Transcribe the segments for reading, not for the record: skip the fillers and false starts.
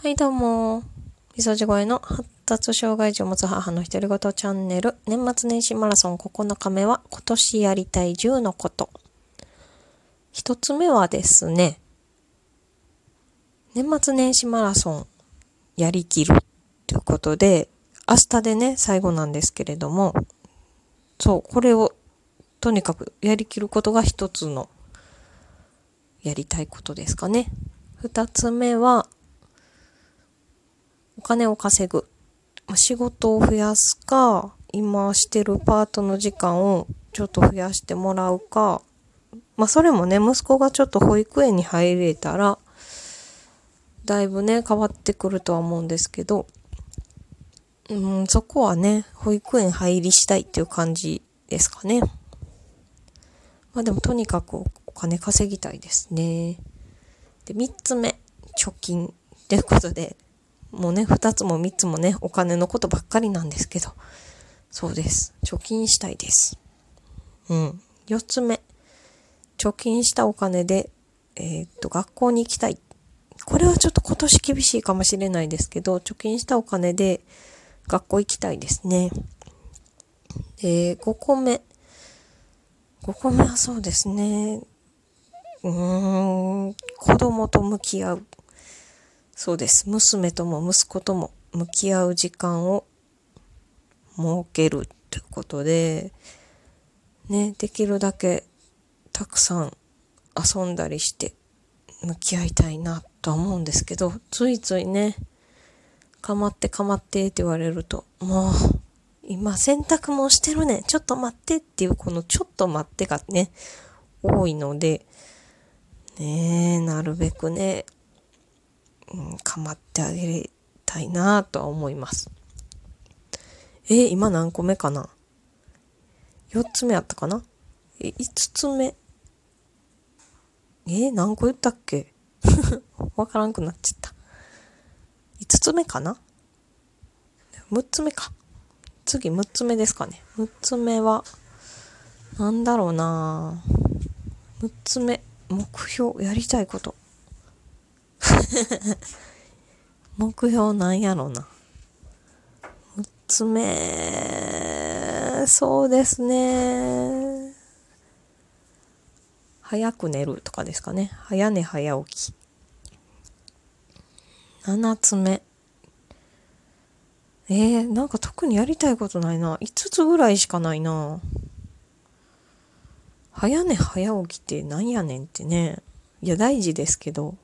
はいどうも、みそじ声の発達障害児を持つ母の独り言チャンネル、年末年始マラソン9日目は今年やりたい10のこと。一つ目はですね、年末年始マラソンやりきるということで、明日でね、最後なんですけれども、これをとにかくやりきることが一つのやりたいことですかね。二つ目は、お金を稼ぐ。仕事を増やすか、今してるパートの時間をちょっと増やしてもらうか、それもね、息子がちょっと保育園に入れたら、だいぶね、変わってくるとは思うんですけど、そこはね、保育園入りしたいっていう感じですかね。でもとにかくお金稼ぎたいですね。で、三つ目、貯金ということで、もうね、二つも三つもね、お金のことばっかりなんですけど、そうです。貯金したいです。四つ目、貯金したお金で、学校に行きたい。これはちょっと今年厳しいかもしれないですけど、貯金したお金で学校行きたいですね。五個目はそうですね。子供と向き合う。そうです。娘とも息子とも向き合う時間を設けるということで、ね、できるだけたくさん遊んだりして向き合いたいなとは思うんですけど、ついついね、かまってって言われると、もう今洗濯もしてるね、ちょっと待ってっていうこのちょっと待ってがね、多いので、なるべくね、かまってあげたいなとは思います。今何個目かな ?4 つ目あったかな ?5 つ目。何個言ったっけわからんくなっちゃった。5つ目かな ?6 つ目か。次6つ目ですかね。6つ目は、なんだろうな6つ目、目標、やりたいこと。目標なんやろうな。6つ目、そうですね。早く寝るとかですかね。早寝早起き。7つ目。なんか特にやりたいことないな。5つぐらいしかないな。早寝早起きってなんやねんってね。いや、大事ですけど。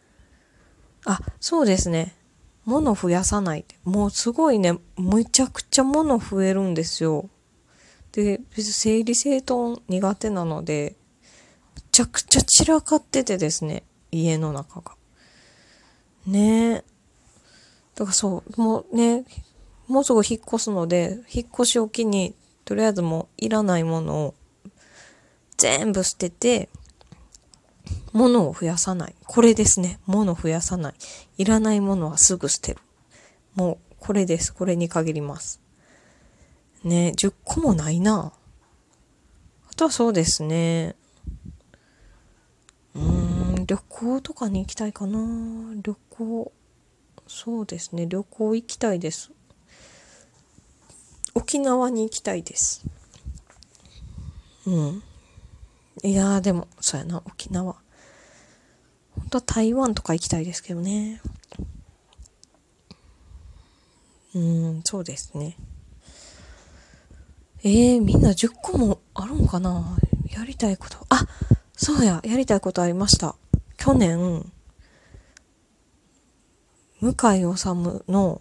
そうですね。物増やさない。もうすごいね、むちゃくちゃ物増えるんですよ。で、別に整理整頓苦手なので、むちゃくちゃ散らかっててですね、家の中が。ねえ。だからもうね、もうすぐ引っ越すので、引っ越しを機に、とりあえずもういらないものを全部捨てて、物を増やさない。これですね。物を増やさない。いらないものはすぐ捨てる。もう、これです。これに限ります。ね、10個もないな。あとはそうですね。旅行とかに行きたいかな。旅行。そうですね。旅行行きたいです。沖縄に行きたいです。いやーでも、そうやな、沖縄。本当は台湾とか行きたいですけどね。そうですね。みんな10個もあるんかな。やりたいこと。そうや、やりたいことありました。去年、向井治の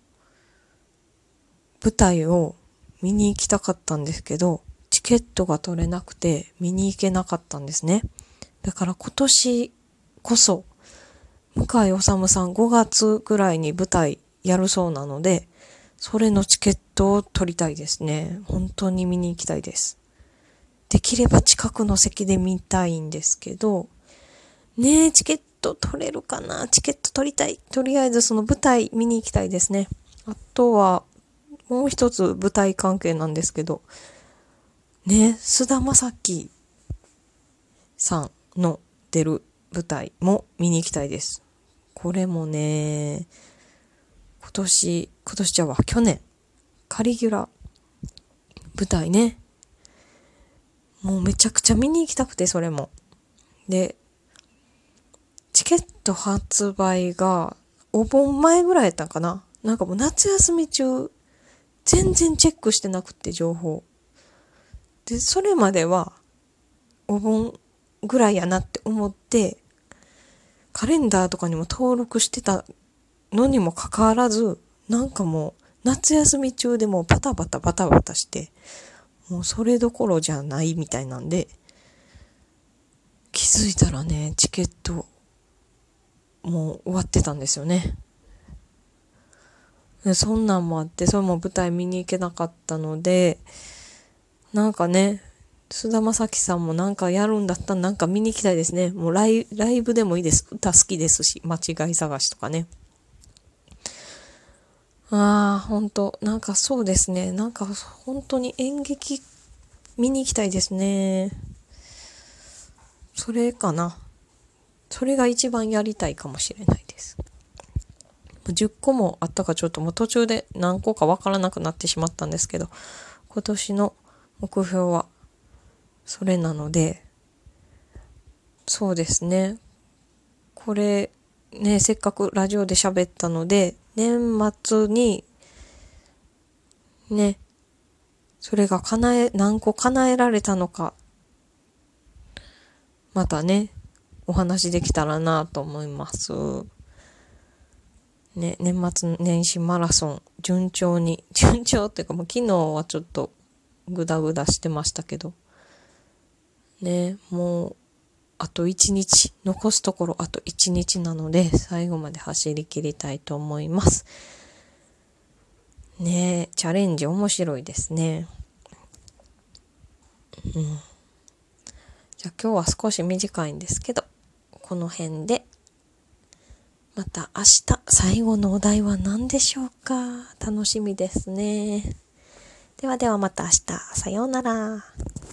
舞台を見に行きたかったんですけど、チケットが取れなくて見に行けなかったんですね。だから今年こそ、向井治さん5月ぐらいに舞台やるそうなので、それのチケットを取りたいですね。本当に見に行きたいです。できれば近くの席で見たいんですけど、チケット取れるかな？チケット取りたい。とりあえずその舞台見に行きたいですね。あとは、もう一つ舞台関係なんですけど、菅田将暉さんの出る舞台も見に行きたいです。 これもね、去年、カリギュラ舞台ね。もうめちゃくちゃ見に行きたくて、それも。で、チケット発売がお盆前ぐらいやったんかな。なんかもう夏休み中、全然チェックしてなくて、情報。で、それまでは、お盆ぐらいやなって思って、カレンダーとかにも登録してたのにもかかわらず、なんかもう、夏休み中でもうバタバタして、もうそれどころじゃないみたいなんで、気づいたらね、チケット、もう終わってたんですよね。でそんなんもあって、それも舞台見に行けなかったので、なんかね、菅田将暉さんもなんかやるんだったらなんか見に行きたいですね。もうライブでもいいです。歌好きですし、間違い探しとかね。本当なんかそうですね。なんか本当に演劇見に行きたいですね。それかな。それが一番やりたいかもしれないです。10個もあったかちょっともう途中で何個かわからなくなってしまったんですけど、今年の目標はそれなので、そうですね。これね、せっかくラジオで喋ったので、年末にね、それが何個叶えられたのか、またね、お話できたらなと思います。ね、年末年始マラソン、順調っていうかもう昨日はちょっとグダグダしてましたけど、ね、もう、あと1日、残すところあと1日なので、最後まで走り切りたいと思います。ねえ、チャレンジ面白いですね。じゃあ今日は少し短いんですけど、この辺で、また明日、最後のお題は何でしょうか。楽しみですね。ではまた明日、さようなら。